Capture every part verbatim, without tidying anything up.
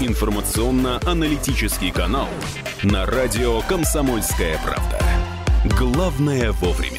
информационно-аналитический канал на радио «Комсомольская правда». Главное вовремя.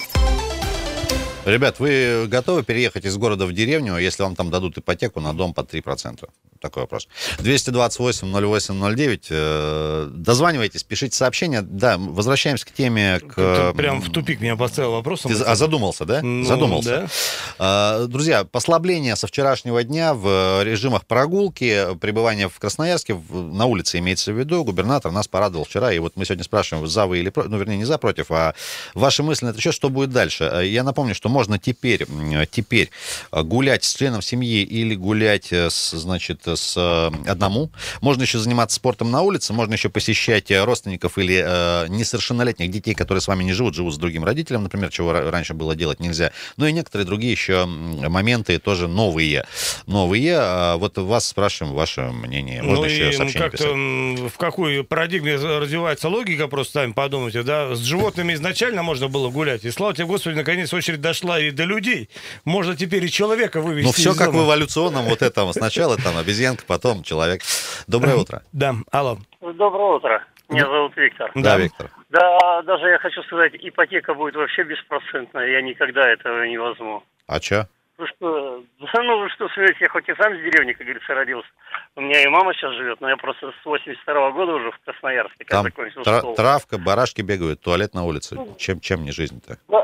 Ребят, вы готовы переехать из города в деревню, если вам там дадут ипотеку на дом под три процента? Такой вопрос. двести двадцать восемь ноль восемь ноль девять. Дозванивайтесь, пишите сообщения. Да, возвращаемся к теме. К... Ты прям в тупик меня поставил вопросом. Ты, а задумался, да? Ну, задумался. Да. Друзья, послабление со вчерашнего дня в режимах прогулки, пребывания в Красноярске, на улице имеется в виду. Губернатор нас порадовал вчера, и вот мы сегодня спрашиваем, за вы или против, ну, вернее, не за, против, а ваши мысли на это счет, что будет дальше. Я напомню, что можно теперь, теперь гулять с членом семьи или гулять, с, значит, с одному. Можно еще заниматься спортом на улице, можно еще посещать родственников или э, несовершеннолетних детей, которые с вами не живут, живут с другим родителем, например, чего раньше было делать нельзя. Ну и некоторые другие еще моменты тоже новые. Новые. Вот вас спрашиваем ваше мнение. Можно ну еще и сообщение как-то писать. В какой парадигме развивается логика, просто сами подумайте, да? С животными изначально можно было гулять, и слава тебе, Господи, наконец очередь дошла и до людей. Можно теперь и человека вывести. Ну все из как дома. в эволюционном вот этом. Сначала там обезьянка, потом человек. Доброе утро. Да, алло. Доброе утро. Меня зовут Виктор. Да, Виктор. Да, даже я хочу сказать, ипотека будет вообще беспроцентная. Я никогда этого не возьму. А чё? Вы что, ну вы что, смеете, я хоть и сам с деревни, как говорится, родился. У меня и мама сейчас живет, но я просто с восемьдесят второго года уже в Красноярске. Там тра- школу. травка, барашки бегают, туалет на улице. Чем, чем не жизнь-то? Да.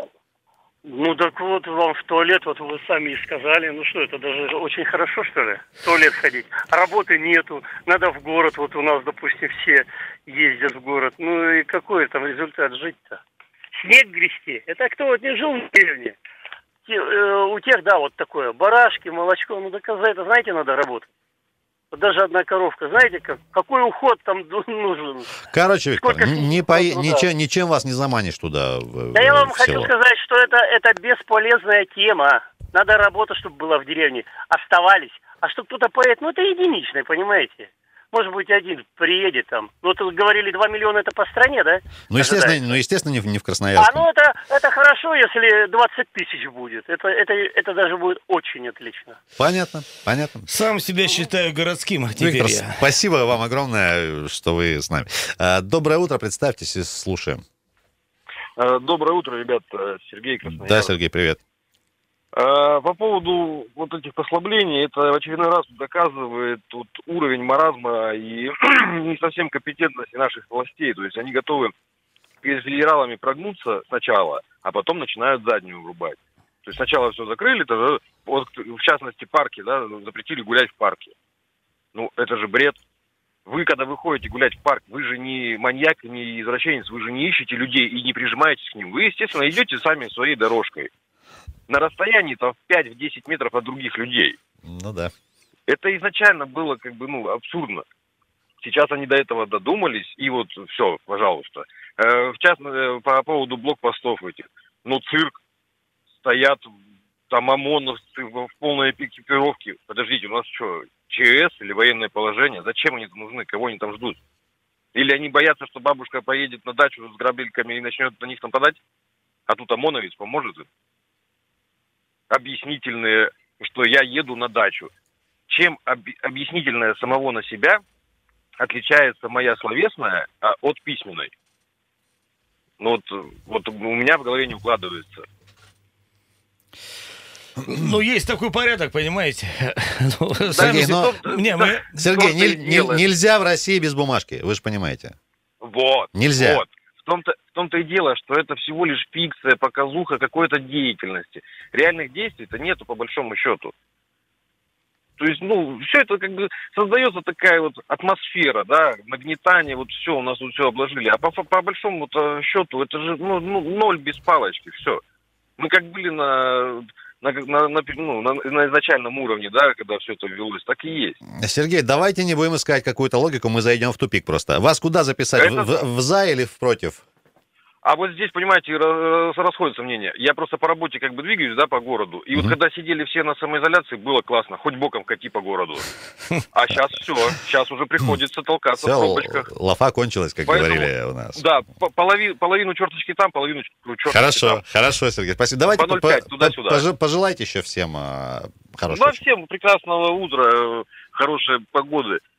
Ну так вот вам в туалет, вот вы сами и сказали, ну что, это даже очень хорошо, что ли, в туалет ходить. А работы нету, надо в город, вот у нас, допустим, все ездят в город. Ну и какой там результат жить-то? Снег грести, это кто вот не жил в деревне? Те, э, у тех, да, вот такое, барашки, молочко, ну так за это, знаете, надо работать. Вот даже одна коровка, знаете, как, какой уход там нужен? Короче, Виктор, Сколько не по... ну, ничем, да. ничем вас не заманишь туда. В, да в, я вам в хочу село. сказать, что это, это бесполезная тема. Надо работа, чтобы была в деревне. Оставались. А что кто-то поедет, ну это единичное, понимаете? Может быть, один приедет там. Ну, тут говорили, два миллиона это по стране, да? Ну, естественно, ну, естественно не, в, не в Красноярске. А, ну, это, это хорошо, если двадцать тысяч будет. Это, это, это даже будет очень отлично. Понятно, понятно. Сам себя считаю городским теперь. Виктор, я. спасибо вам огромное, что вы с нами. Доброе утро, представьтесь и слушаем. Доброе утро, ребят. Сергей Красноярск. Да, Сергей, привет. По поводу вот этих послаблений, это в очередной раз доказывает вот уровень маразма и не совсем компетентности наших властей. То есть они готовы перед федералами прогнуться сначала, а потом начинают заднюю врубать. То есть сначала все закрыли, тогда, вот, в частности парки, да, запретили гулять в парке. Ну, это же бред. Вы, когда вы ходите гулять в парк, вы же не маньяк, не извращенец, вы же не ищете людей и не прижимаетесь к ним. Вы, естественно, идете сами своей дорожкой. На расстоянии там в пять-десять метров от других людей. Ну да. Это изначально было как бы, ну, абсурдно. Сейчас они до этого додумались, и вот все, пожалуйста. Э, в частности, по поводу блокпостов этих. Ну, цирк, стоят там ОМОНовцы в полной экипировке. Подождите, у нас что, ЧС или военное положение? Зачем они там нужны? Кого они там ждут? Или они боятся, что бабушка поедет на дачу с грабельками и начнет на них нападать? А тут ОМОНовец поможет им? Объяснительные, что я еду на дачу. Чем об, объяснительная самого на себя отличается моя словесная а, от письменной? Ну вот, вот у меня в голове не укладывается. Ну, есть такой порядок, понимаете. Ну, Сергей, сами... но... Не, мы... Сергей не, не, нельзя в России без бумажки, вы же понимаете. Вот. Нельзя. Вот. В том-то, в том-то и дело, что это всего лишь фикция, показуха какой-то деятельности. Реальных действий-то нету, по большому счету. То есть, ну, все это как бы создается такая вот атмосфера, да, нагнетание, вот все, у нас тут все обложили. А по, по большому счету это же, ну, ну, ноль без палочки, все. Мы как были на... На, на, на, ну, на, на изначальном уровне, да, когда все это велось, так и есть. Сергей, давайте не будем искать какую-то логику, мы зайдем в тупик просто. Вас куда записать? Это... В, в, в за или в против? А вот здесь, понимаете, расходятся мнения. Я просто по работе как бы двигаюсь, да, по городу. И mm-hmm. вот когда сидели все на самоизоляции, было классно. Хоть боком кати по городу. А сейчас все. Сейчас уже приходится толкаться все, в пробочках. Лафа кончилась, как Поэтому, говорили у нас. Да, половину, половину черточки там, половину черточки хорошо, там. Хорошо, Сергей, спасибо. Давайте по ноль пять, по, туда-сюда. Пож, пожелайте еще всем а, хорошего. Ну, всем прекрасного утра, хорошей погоды.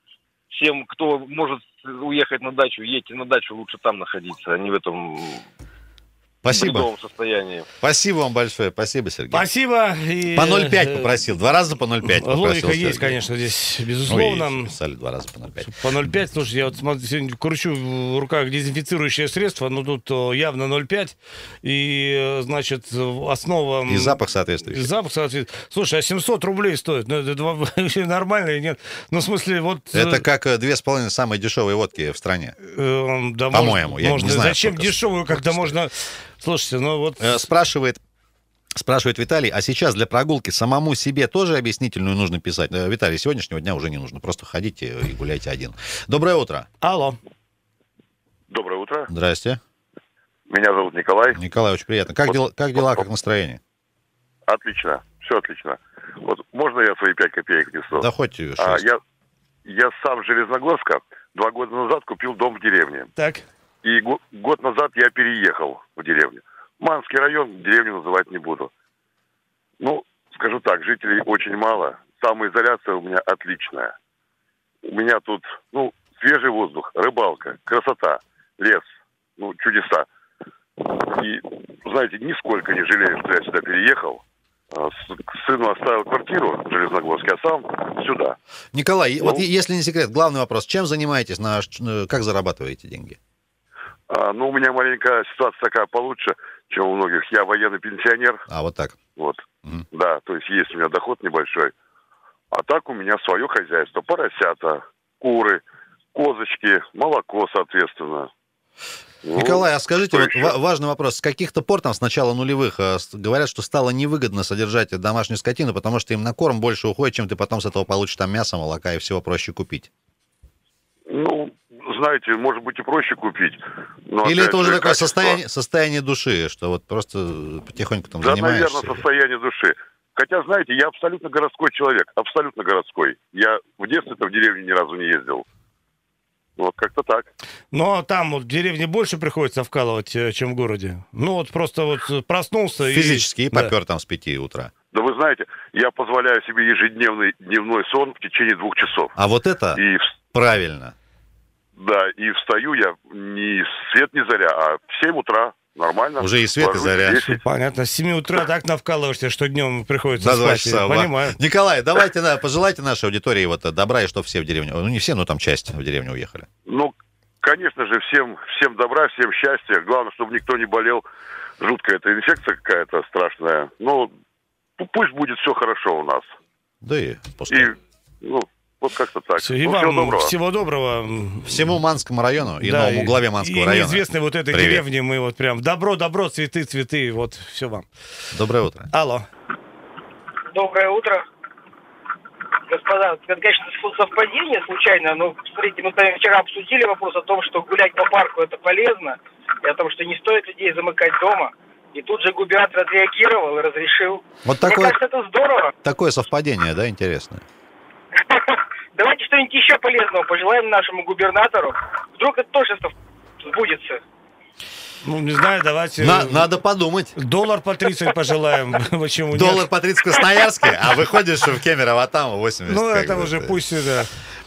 всем, кто может уехать на дачу, едьте на дачу, лучше там находиться, а не в этом... Спасибо. Состоянии. Спасибо вам большое. Спасибо, Сергей. Спасибо. И... По ноль пять попросил. Два раза по ноль пять попросил. Логика Сергей. есть, конечно, здесь, безусловно. Ну, писали два раза по ноль пять. По ноль пять, слушай, я вот смотрю, сегодня кручу в руках дезинфицирующее средство, но тут явно ноль пять, и, значит, основа... И запах соответствующий. И запах соответствующий. Слушай, а семьсот рублей стоит? Ну, это вообще нормально или нет? Ну, в смысле, вот... Это как две с половиной самые дешевые водки в стране. Э, да, По-моему, я можно, не знаю. Зачем дешевую, когда можно... Слушайте, ну вот... Спрашивает, спрашивает Виталий, а сейчас для прогулки самому себе тоже объяснительную нужно писать? Виталий, сегодняшнего дня уже не нужно, просто ходите и гуляйте один. Доброе утро. Алло. Доброе утро. Здрасте. Меня зовут Николай. Николай, очень приятно. Как, вот, дела, как дела, вот, как настроение? Отлично, все отлично. Вот можно я свои пять копеек внесу? Да хоть шесть. А, я, я сам с Железногорска два года назад купил дом в деревне. Так. И го- год назад я переехал в деревню. Манский район, деревню называть не буду. Ну, скажу так, жителей очень мало. Самоизоляция у меня отличная. У меня тут, ну, свежий воздух, рыбалка, красота, лес, ну, чудеса. И, знаете, нисколько не жалею, что я сюда переехал. Сыну оставил квартиру в Железногорске, а сам сюда. Николай, ну, вот если не секрет, главный вопрос, чем занимаетесь, на, как зарабатываете деньги? А, ну, у меня маленькая ситуация такая получше, чем у многих. Я военный пенсионер. А, вот так. Вот. Угу. Да, то есть есть у меня доход небольшой. А так у меня свое хозяйство. Поросята, куры, козочки, молоко, соответственно. Николай, а скажите, вот еще? важный вопрос. С каких-то пор там с начала нулевых э, говорят, что стало невыгодно содержать домашнюю скотину, потому что им на корм больше уходит, чем ты потом с этого получишь там мясо, молока и всего проще купить? Ну, знаете, может быть и проще купить. Но Или опять это уже же, такое качество... состояние, состояние души, что вот просто потихоньку там Да, занимаешься? наверное, состояние души. Хотя, знаете, я абсолютно городской человек, абсолютно городской. Я в детстве-то в деревню ни разу не ездил. Вот как-то так. Но там вот в деревне больше приходится вкалывать, чем в городе. Ну вот просто вот проснулся Физически и... и попер там с пяти утра. Да вы знаете, я позволяю себе ежедневный дневной сон в течение двух часов. А вот это И, правильно. да, и встаю я ни свет ни заря, а в семь утра нормально. Уже и свет, и ложусь заря. в десять. Понятно, с семи утра так навкалываешься, что днем приходится За два спать. часа. Понимаю. Николай, давайте да, пожелайте нашей аудитории вот добра, и что все в деревню, ну не все, но там часть в деревню уехали. Ну, конечно же, всем, всем добра, всем счастья. Главное, чтобы никто не болел. Жуткая эта инфекция какая-то страшная. Но пусть будет все хорошо у нас. Да и пускай. И, ну, вот как-то так. Все, и Ну, вам всего доброго. всего доброго. Всему Манскому району и Да, новому главе Манского и района. неизвестной вот этой Привет. деревне мы вот прям добро, добро, цветы, цветы, вот все вам. Доброе утро. Алло. Доброе утро. Господа, это, конечно, совпадение случайно, но, смотрите, мы с вами вчера обсудили вопрос о том, что гулять по парку это полезно, и о том, что не стоит людей замыкать дома. И тут же губернатор отреагировал и разрешил. Вот Мне такое, кажется, это здорово. такое совпадение, да, интересное. Давайте что-нибудь еще полезного пожелаем нашему губернатору. Вдруг это тоже сбудется. Ну, не знаю, давайте... На- надо подумать. Доллар по тридцать пожелаем. Почему нет? Доллар по тридцать в Красноярске, а выходишь в Кемерово, а там восемьдесят. Ну, как это бы, уже да. пусть сюда.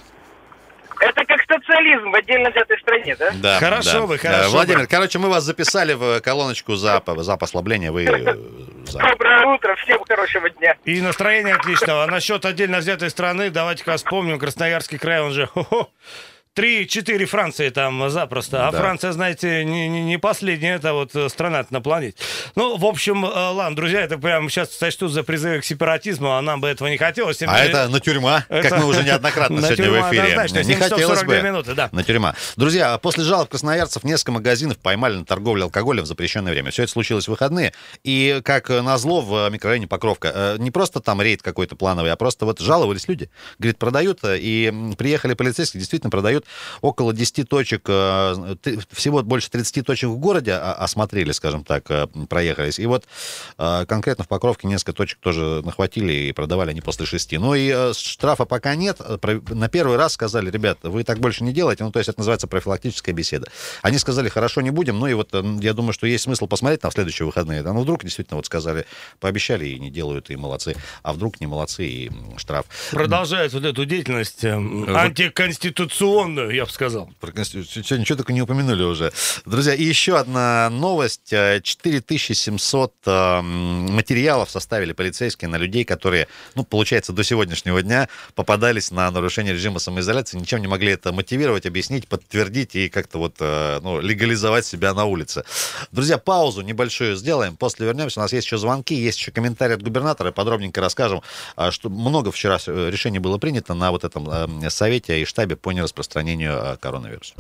Это как социализм в отдельно взятой стране, да? Да, Хорошо да. бы, хорошо Владимир, бы. короче, мы вас записали в колоночку за, за послабление. Вы э, за. Доброе утро, всем хорошего дня. И настроение отличного. А насчет отдельно взятой страны, давайте-ка вспомним. Красноярский край, он же... хо-хо, три-четыре Франции там запросто. А Да. Франция, знаете, не, не, не последняя, это вот страна на планете. Ну, в общем, э, ладно, друзья, это прямо сейчас сочтут за призывы к сепаратизму, а нам бы этого не хотелось. Тем А более- это на тюрьма, Это- как мы уже неоднократно На сегодня тюрьму в эфире. однозначно, Не семь часов хотелось сорок две бы. минуты, да. На тюрьма. Друзья, после жалоб красноярцев несколько магазинов поймали на торговле алкоголем в запрещенное время. Все это случилось в выходные. И, как назло, в микрорайоне Покровка, э, не просто там рейд какой-то плановый, а просто вот жаловались люди. Говорит, продают, э, и м, приехали полицейские, действительно продают дают. Около десяти точек, всего больше тридцати точек в городе осмотрели, скажем так, проехались. И вот конкретно в Покровке несколько точек тоже нахватили и продавали они после шести. Ну и штрафа пока нет. На первый раз сказали: ребят, вы так больше не делаете. Ну, то есть это называется профилактическая беседа. Они сказали: хорошо, не будем. Ну и вот я думаю, что есть смысл посмотреть на следующие выходные. Да, ну вдруг действительно вот сказали, пообещали и не делают, и молодцы. А вдруг не молодцы, и штраф. Продолжает вот эту деятельность э, антиконституционную, я бы сказал. Про Конституцию ничего только не упомянули уже. Друзья, и еще одна новость. четыре тысячи семьсот материалов составили полицейские на людей, которые, ну, получается, до сегодняшнего дня попадались на нарушение режима самоизоляции, ничем не могли это мотивировать, объяснить, подтвердить и как-то вот, ну, легализовать себя на улице. Друзья, паузу небольшую сделаем, после вернемся. У нас есть еще звонки, есть еще комментарии от губернатора, подробненько расскажем, что много вчера решений было принято на вот этом совете и штабе по нераспространению коронавируса.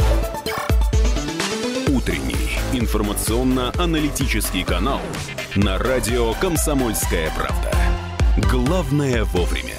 Утренний информационно-аналитический канал на радио «Комсомольская правда». Главное вовремя.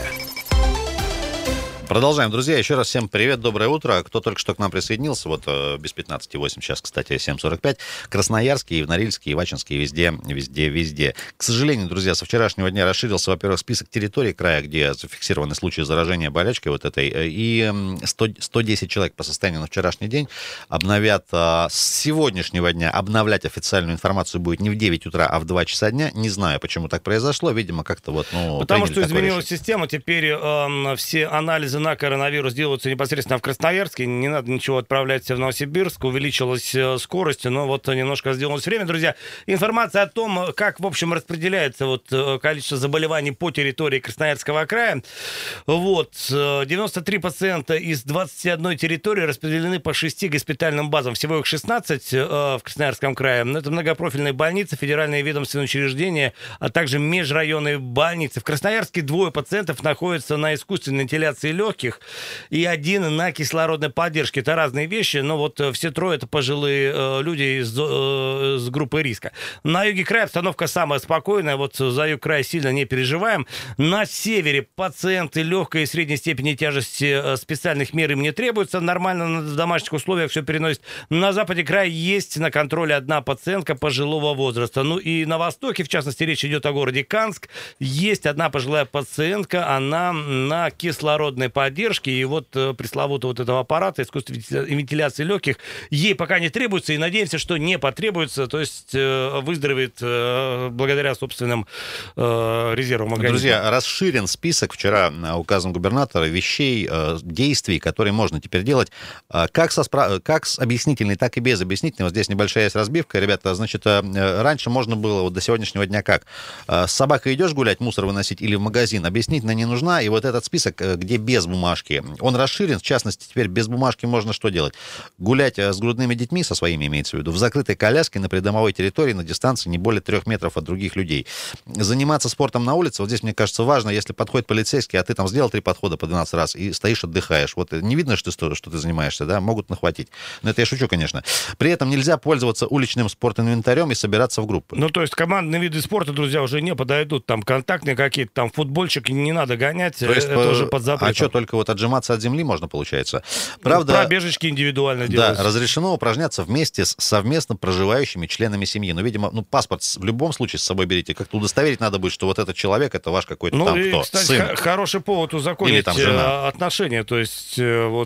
Продолжаем, друзья. Еще раз всем привет, доброе утро. Кто только что к нам присоединился, вот без пятнадцати восемь, сейчас, кстати, семь сорок пять. Красноярский, и в Норильске, и в Ачинске, везде, везде, везде. К сожалению, друзья, со вчерашнего дня расширился, во-первых, список территорий края, где зафиксированы случаи заражения болячкой вот этой, и сто, сто десять человек по состоянию на вчерашний день обновят с сегодняшнего дня. Обновлять официальную информацию будет не в девять утра, а в два часа дня. Не знаю, почему так произошло. Видимо, как-то вот, ну, потому что изменилась система. Теперь э, все анализы на коронавирус делаются непосредственно в Красноярске, не надо ничего отправлять в Новосибирск, увеличилась скорость, но вот немножко сделалось время. Друзья, информация о том, как, в общем, распределяется вот количество заболеваний по территории Красноярского края. Вот, девяносто три процента из двадцати одной территории распределены по шести госпитальным базам, всего их шестнадцать в Красноярском крае. Это многопрофильные больницы, федеральные ведомственные учреждения, а также межрайонные больницы. В Красноярске двое пациентов находятся на искусственной вентиляции легких, и один на кислородной поддержке. Это разные вещи, но вот все трое — это пожилые э, люди из, э, с группой риска. На юге края обстановка самая спокойная, вот за юг края сильно не переживаем. На севере пациенты легкой и средней степени тяжести, специальных мер им не требуется, нормально в домашних условиях все переносит. На западе края есть на контроле одна пациентка пожилого возраста. Ну и на востоке, в частности, речь идет о городе Канск, есть одна пожилая пациентка, она на кислородной поддержке. поддержки, и вот э, пресловутого вот этого аппарата искусственной вентиляции легких ей пока не требуется, и надеемся, что не потребуется, то есть э, выздоровеет э, благодаря собственным э, резервам организма. Друзья, расширен список вчера указом губернатора вещей, э, действий, которые можно теперь делать э, как, со спра... как с объяснительной, так и без объяснительной. Вот здесь небольшая есть разбивка, ребята, значит, э, раньше можно было вот до сегодняшнего дня как? Э, с собакой идешь гулять, мусор выносить или в магазин, объяснительная не нужна, и вот этот список, где без бумажки, он расширен. В частности, теперь без бумажки можно что делать? Гулять с грудными детьми, со своими имеется в виду, в закрытой коляске на придомовой территории на дистанции не более трех метров от других людей. Заниматься спортом на улице, вот здесь, мне кажется, важно, если подходит полицейский, а ты там сделал три подхода по двенадцать раз и стоишь, отдыхаешь. Вот не видно, что, что ты занимаешься, да, могут нахватить. Но это я шучу, конечно. При этом нельзя пользоваться уличным спортинвентарем и собираться в группы. Ну, то есть командные виды спорта, друзья, уже не подойдут. Там контактные какие-то, там футбольчики не надо гонять, то есть, это по... уже под запретом. А что, только вот отжиматься от земли можно, получается? Правда, пробежечки индивидуально делать. Да, разрешено упражняться вместе с совместно проживающими членами семьи. Ну, видимо, ну, паспорт в любом случае с собой берите. Как-то удостоверить надо будет, что вот этот человек, это ваш какой-то ну, там и, кто? Кстати, сын. Хороший повод узаконить там отношения. То есть вот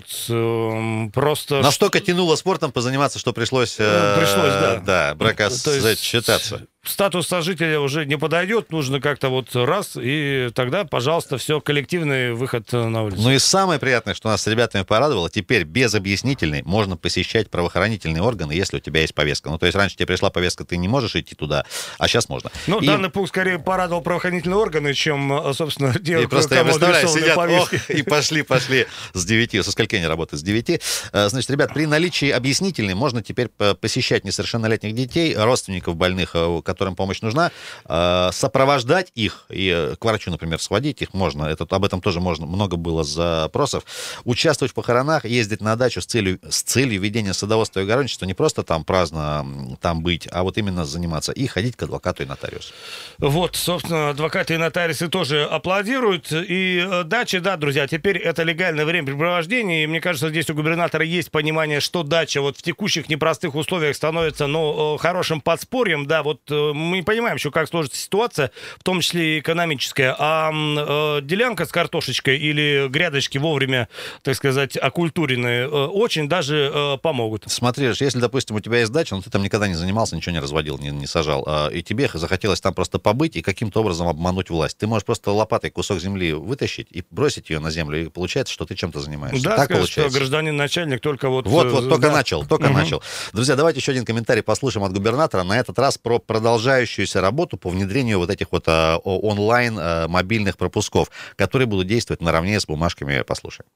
э, просто... Настолько тянуло спортом позаниматься, что пришлось... Э, пришлось, да. Да, бракосочетаться. Статус сожителя уже не подойдет, нужно как-то вот раз, и тогда, пожалуйста, все, коллективный выход на улицу. Ну и самое приятное, что нас с ребятами порадовало, теперь без объяснительной можно посещать правоохранительные органы, если у тебя есть повестка. Ну, то есть раньше тебе пришла повестка, ты не можешь идти туда, а сейчас можно. Ну, и... данный пункт скорее порадовал правоохранительные органы, чем, собственно, делать. И просто я представляю, сидят, ох, и пошли, пошли с девяти, со скольки они работают? С девяти. Значит, ребят, при наличии объяснительной можно теперь посещать несовершеннолетних детей, родственников больных, которые которым помощь нужна, сопровождать их и к врачу, например, сводить их можно. Это, об этом тоже можно, много было запросов. Участвовать в похоронах, ездить на дачу с целью, с целью ведения садоводства и огородничества, не просто там праздно там быть, а вот именно заниматься и ходить к адвокату и нотариусу. Вот, собственно, адвокаты и нотариусы тоже аплодируют. И дачи, да, друзья, теперь это легальное времяпрепровождение. И мне кажется, здесь у губернатора есть понимание, что дача вот в текущих непростых условиях становится, ну, хорошим подспорьем. Да, вот мы понимаем еще, как сложится ситуация, в том числе и экономическая. А э, делянка с картошечкой или грядочки вовремя, так сказать, окультуренные, э, очень даже э, помогут. Смотри, если, допустим, у тебя есть дача, но ты там никогда не занимался, ничего не разводил, не, не сажал, э, и тебе захотелось там просто побыть и каким-то образом обмануть власть. Ты можешь просто лопатой кусок земли вытащить и бросить ее на землю, и получается, что ты чем-то занимаешься. Да, так скажешь, получается. Что гражданин-начальник только вот... Вот, вот, только да. начал, только угу. начал. Друзья, давайте еще один комментарий послушаем от губернатора, на этот раз про продолжающуюся работу по внедрению вот этих вот а, онлайн а, мобильных пропусков, которые будут действовать наравне с бумажками. Послушаем.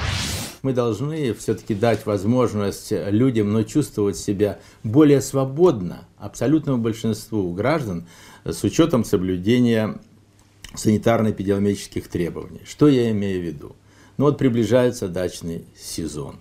Мы должны все-таки дать возможность людям, но чувствовать себя более свободно, абсолютному большинству граждан, с учетом соблюдения санитарно-эпидемиологических требований. Что я имею в виду? Ну вот приближается дачный сезон.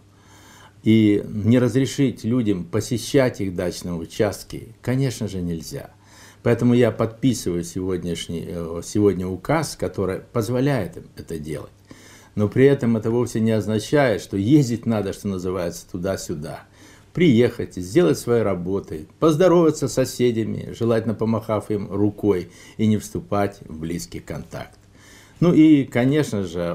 И не разрешить людям посещать их дачные участки, конечно же, нельзя. Поэтому я подписываю сегодняшний, сегодня указ, который позволяет им это делать. Но при этом это вовсе не означает, что ездить надо, что называется, туда-сюда. Приехать, сделать свои работы, поздороваться с соседями, желательно помахав им рукой, и не вступать в близкий контакт. Ну и, конечно же,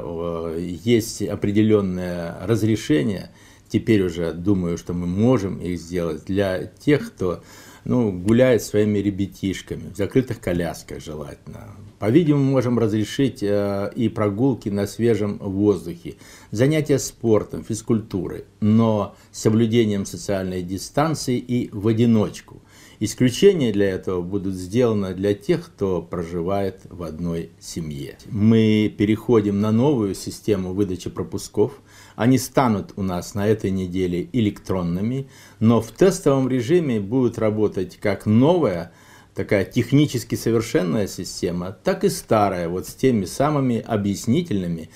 есть определенное разрешение. Теперь уже думаю, что мы можем их сделать для тех, кто ну, гуляет своими ребятишками, в закрытых колясках желательно. По-видимому, можем разрешить э, и прогулки на свежем воздухе, занятия спортом, физкультурой, но с соблюдением социальной дистанции и в одиночку. Исключения для этого будут сделаны для тех, кто проживает в одной семье. Мы переходим на новую систему выдачи пропусков. Они станут у нас на этой неделе электронными, но в тестовом режиме будет работать как новая, такая технически совершенная система, так и старая, вот с теми самыми объяснительными,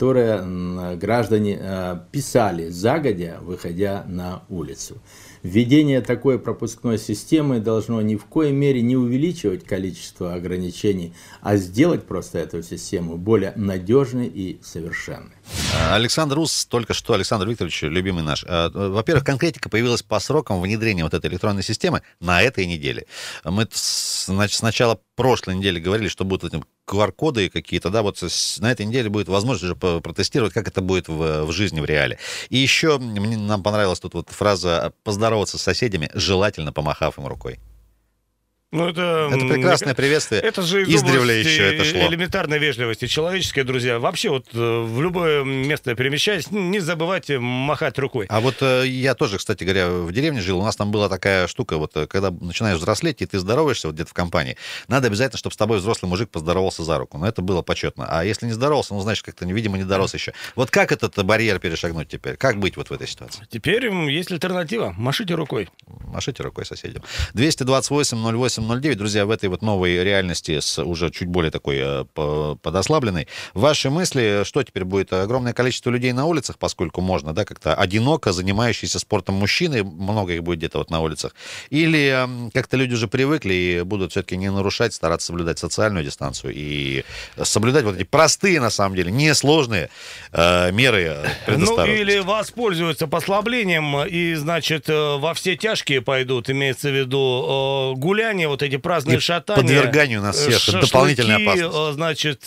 которые граждане писали загодя, выходя на улицу. Введение такой пропускной системы должно ни в коей мере не увеличивать количество ограничений, а сделать просто эту систему более надежной и совершенной. Александр Ус, только что, Александр Викторович, любимый наш. Во-первых, конкретика появилась по срокам внедрения вот этой электронной системы на этой неделе. Мы значит, с начала прошлой недели говорили, что будут этим ку ар-коды какие-то, да, вот на этой неделе будет возможность уже протестировать, как это будет в, в жизни, в реале. И еще мне, нам понравилась тут вот фраза «поздороваться с соседями, желательно помахав им рукой». Ну, это, это прекрасное приветствие. Это же из издревле еще это шло. Элементарной вежливости, человеческая, друзья. Вообще вот в любое место перемещаясь, не забывайте махать рукой. А вот я тоже, кстати говоря, в деревне жил. У нас там была такая штука, вот когда начинаешь взрослеть, и ты здороваешься вот где-то в компании, надо обязательно, чтобы с тобой взрослый мужик поздоровался за руку. Но это было почетно. А если не здоровался, ну, значит, как-то, видимо, не дорос еще. Вот как этот барьер перешагнуть теперь? Как быть вот в этой ситуации? Теперь есть альтернатива. Машите рукой. Машите рукой соседям. двести двадцать восемь ноль восемь ноль девять, друзья, в этой вот новой реальности с уже чуть более такой э, подослабленной. Ваши мысли, что теперь будет? Огромное количество людей на улицах, поскольку можно, да, как-то одиноко занимающиеся спортом мужчины, много их будет где-то вот на улицах, или э, как-то люди уже привыкли и будут все-таки не нарушать, стараться соблюдать социальную дистанцию и соблюдать вот эти простые, на самом деле, несложные э, меры предосторожности. Ну, или воспользуются послаблением и, значит, во все тяжкие пойдут, имеется в виду э, гуляния, вот эти праздные и шатания, подверганию нас всех, шашлыки, дополнительная опасность. Значит,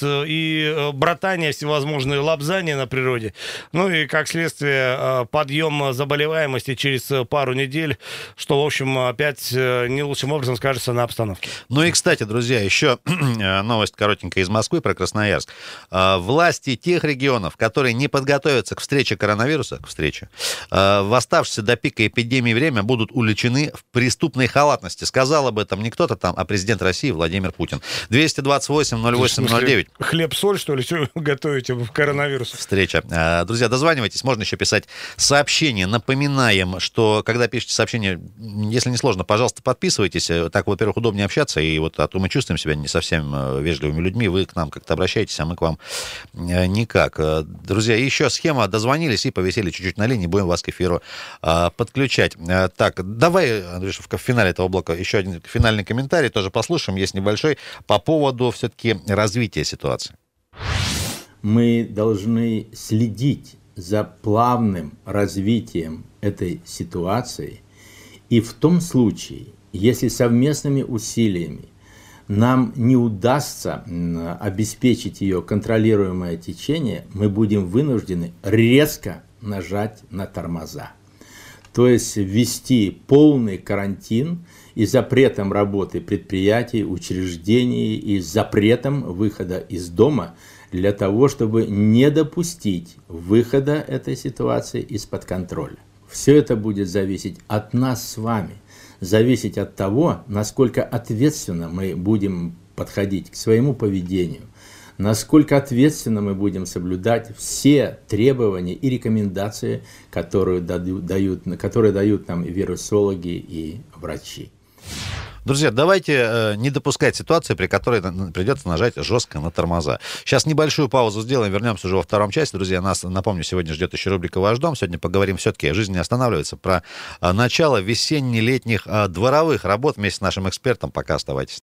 и братания всевозможные, лапзания на природе. Ну и, как следствие, подъем заболеваемости через пару недель, что, в общем, опять не лучшим образом скажется на обстановке. Ну и, кстати, друзья, еще новость коротенькая из Москвы про Красноярск. Власти тех регионов, которые не подготовятся к встрече коронавируса, к встрече, в оставшееся до пика эпидемии время будут увлечены в преступной халатности. Сказал об этом Николай кто-то там, а президент России Владимир Путин. двести двадцать восемь ноль восемь ноль девять. Хлеб-соль, что ли, что вы готовите в коронавирус? Встреча. Друзья, дозванивайтесь, можно еще писать сообщения. Напоминаем, что когда пишете сообщения, если не сложно, пожалуйста, подписывайтесь. Так, во-первых, удобнее общаться, и вот а то мы чувствуем себя не совсем вежливыми людьми, вы к нам как-то обращаетесь, а мы к вам никак. Друзья, еще схема, дозвонились и повисели чуть-чуть на линии, будем вас к эфиру а, подключать. А, так, давай, Андрюш, в финале этого блока еще один финальный комментарий тоже послушаем, есть небольшой, по поводу все-таки развития ситуации. Мы должны следить за плавным развитием этой ситуации, и в том случае, если совместными усилиями нам не удастся обеспечить ее контролируемое течение, мы будем вынуждены резко нажать на тормоза. То есть ввести полный карантин и запретом работы предприятий, учреждений, и запретом выхода из дома для того, чтобы не допустить выхода этой ситуации из-под контроля. Все это будет зависеть от нас с вами, зависеть от того, насколько ответственно мы будем подходить к своему поведению, насколько ответственно мы будем соблюдать все требования и рекомендации, которые дают, которые дают нам вирусологи и врачи. Друзья, давайте э, не допускать ситуации, при которой придется нажать жестко на тормоза. Сейчас небольшую паузу сделаем, вернемся уже во втором части. Друзья, нас, напомню, сегодня ждет еще рубрика «Ваш дом». Сегодня поговорим все-таки, жизнь не останавливается, про э, начало весенне-летних э, дворовых работ вместе с нашим экспертом. Пока оставайтесь.